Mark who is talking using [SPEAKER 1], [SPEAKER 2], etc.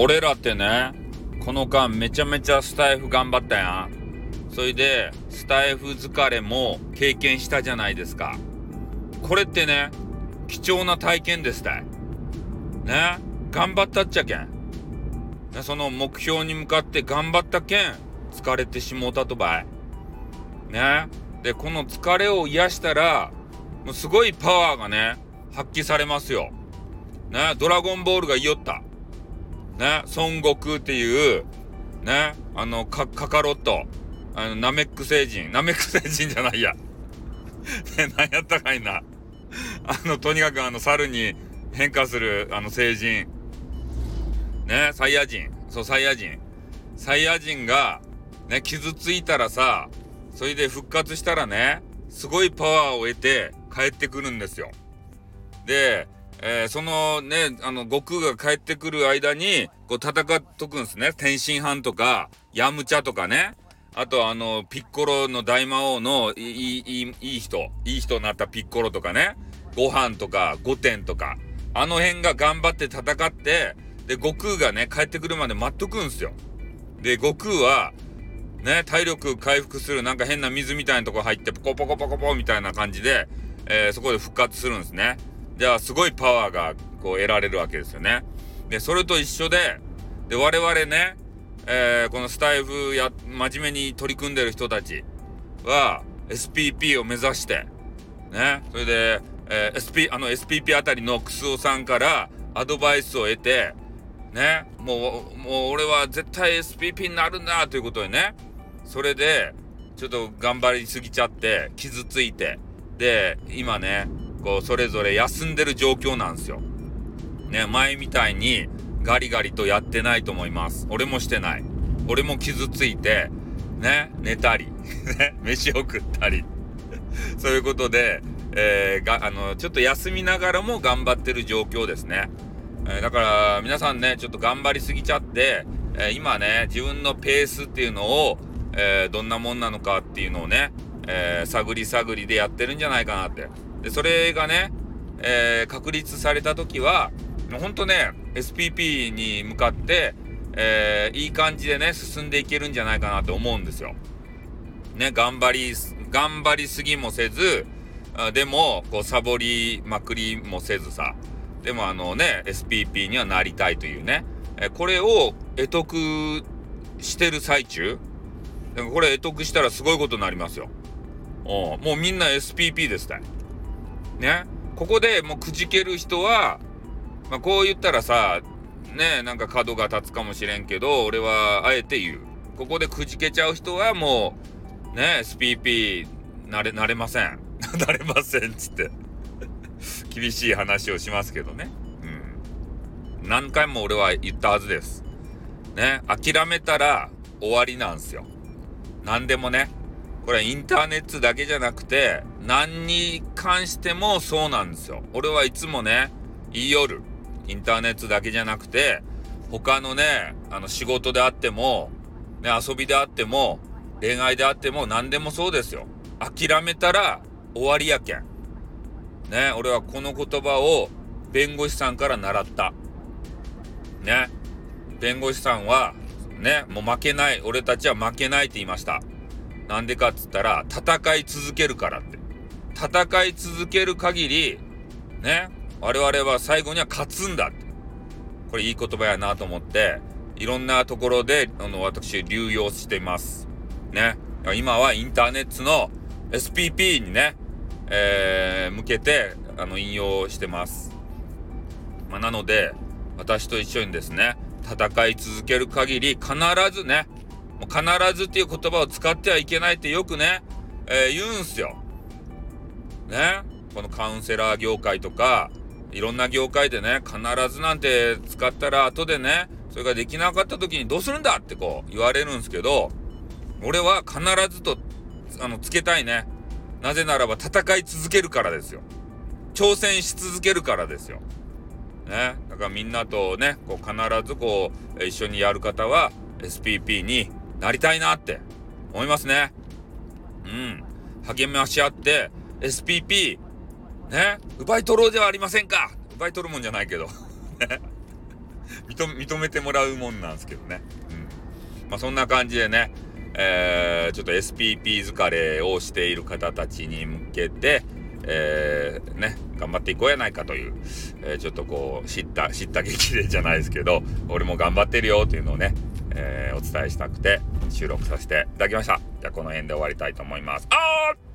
[SPEAKER 1] 俺らってね、この間めちゃめちゃスタイフ頑張ったやん。それでスタイフ疲れも経験したじゃないですか。これってね、貴重な体験ですたいね。頑張ったっちゃけんね、その目標に向かって頑張ったけん疲れてしもうたとばいね。でこの疲れを癒したらもうすごいパワーがね発揮されますよね。ドラゴンボールが言いよったね、孫悟空っていうね、カカロット、ナメック星人じゃないや何やったかいな、とにかく猿に変化する星人ね、サイヤ人がね傷ついたらさ、それで復活したらね、すごいパワーを得て帰ってくるんですよ。でそのね、悟空が帰ってくる間にこう戦っとくんですね。天津飯とかヤムチャとかね、あとピッコロの大魔王のいい人になったピッコロとかね、ご飯とか御殿とか辺が頑張って戦って、で悟空がね帰ってくるまで待っとくんですよ。で悟空はね体力回復するなんか変な水みたいなとこ入ってポコポコポコポみたいな感じで、そこで復活するんですね。じゃあすごいパワーがこう得られるわけですよね。でそれと一緒で我々ね、このスタイフ真面目に取り組んでる人たちは SPP を目指してね、それで、SPP あたりのクスオさんからアドバイスを得てね、もう俺は絶対 SPP になるんだということでね、それでちょっと頑張りすぎちゃって傷ついて、で今ねこうそれぞれ休んでる状況なんですよね。前みたいにガリガリとやってないと思います。俺もしてない。俺も傷ついてね、寝たりね、飯を食ったりそういうことで、ちょっと休みながらも頑張ってる状況ですね。だから皆さんねちょっと頑張りすぎちゃって、今ね自分のペースっていうのを、どんなもんなのかっていうのをね、探りでやってるんじゃないかなって。でそれがね、確立された時はほんとね SPP に向かって、いい感じでね進んでいけるんじゃないかなと思うんですよね。頑張りすぎもせず、でもこうサボりまくりもせずさ、でもSPP にはなりたいというね、これを得得してる最中、これ得得したらすごいことになりますよ。もうみんな SPP ですたいね。ここでもうくじける人は、こう言ったらさね、なんか角が立つかもしれんけど、俺はあえて言う。ここでくじけちゃう人はもうね SPP なれませんなれませんっつって厳しい話をしますけどね。何回も俺は言ったはずですね。諦めたら終わりなんですよ。何でもね、これはインターネットだけじゃなくて何に関してもそうなんですよ。俺はいつもね言いよる。インターネットだけじゃなくて他のね仕事であってもね、遊びであっても恋愛であっても何でもそうですよ。諦めたら終わりやけんね。俺はこの言葉を弁護士さんから習ったね。弁護士さんはね、もう負けない、俺たちは負けないって言いました。なんでかっつったら戦い続けるからって。戦い続ける限りね、我々は最後には勝つんだって。これいい言葉やなと思っていろんなところで私流用していますね。今はインターネットの SPP にね、向けて引用してます。なので私と一緒にですね戦い続ける限り必ずね、もう必ずっていう言葉を使ってはいけないってよくね、言うんすよね。このカウンセラー業界とかいろんな業界でね、必ずなんて使ったら後でねそれができなかった時にどうするんだってこう言われるんですけど、俺は必ずとつけたいね。なぜならば戦い続けるからですよ。挑戦し続けるからですよね。だからみんなとねこう必ずこう一緒にやる方は SPP になりたいなって思いますね。励まし合って SPP ね奪い取ろうではありませんか。奪い取るもんじゃないけどね認めてもらうもんなんですけどね。まあそんな感じでね、ちょっと SPP 疲れをしている方たちに向けて、ね、頑張っていこうやないかという、ちょっとこう知った激励じゃないですけど、俺も頑張ってるよというのをね、お伝えしたくて収録させていただきました。じゃあこの辺で終わりたいと思います。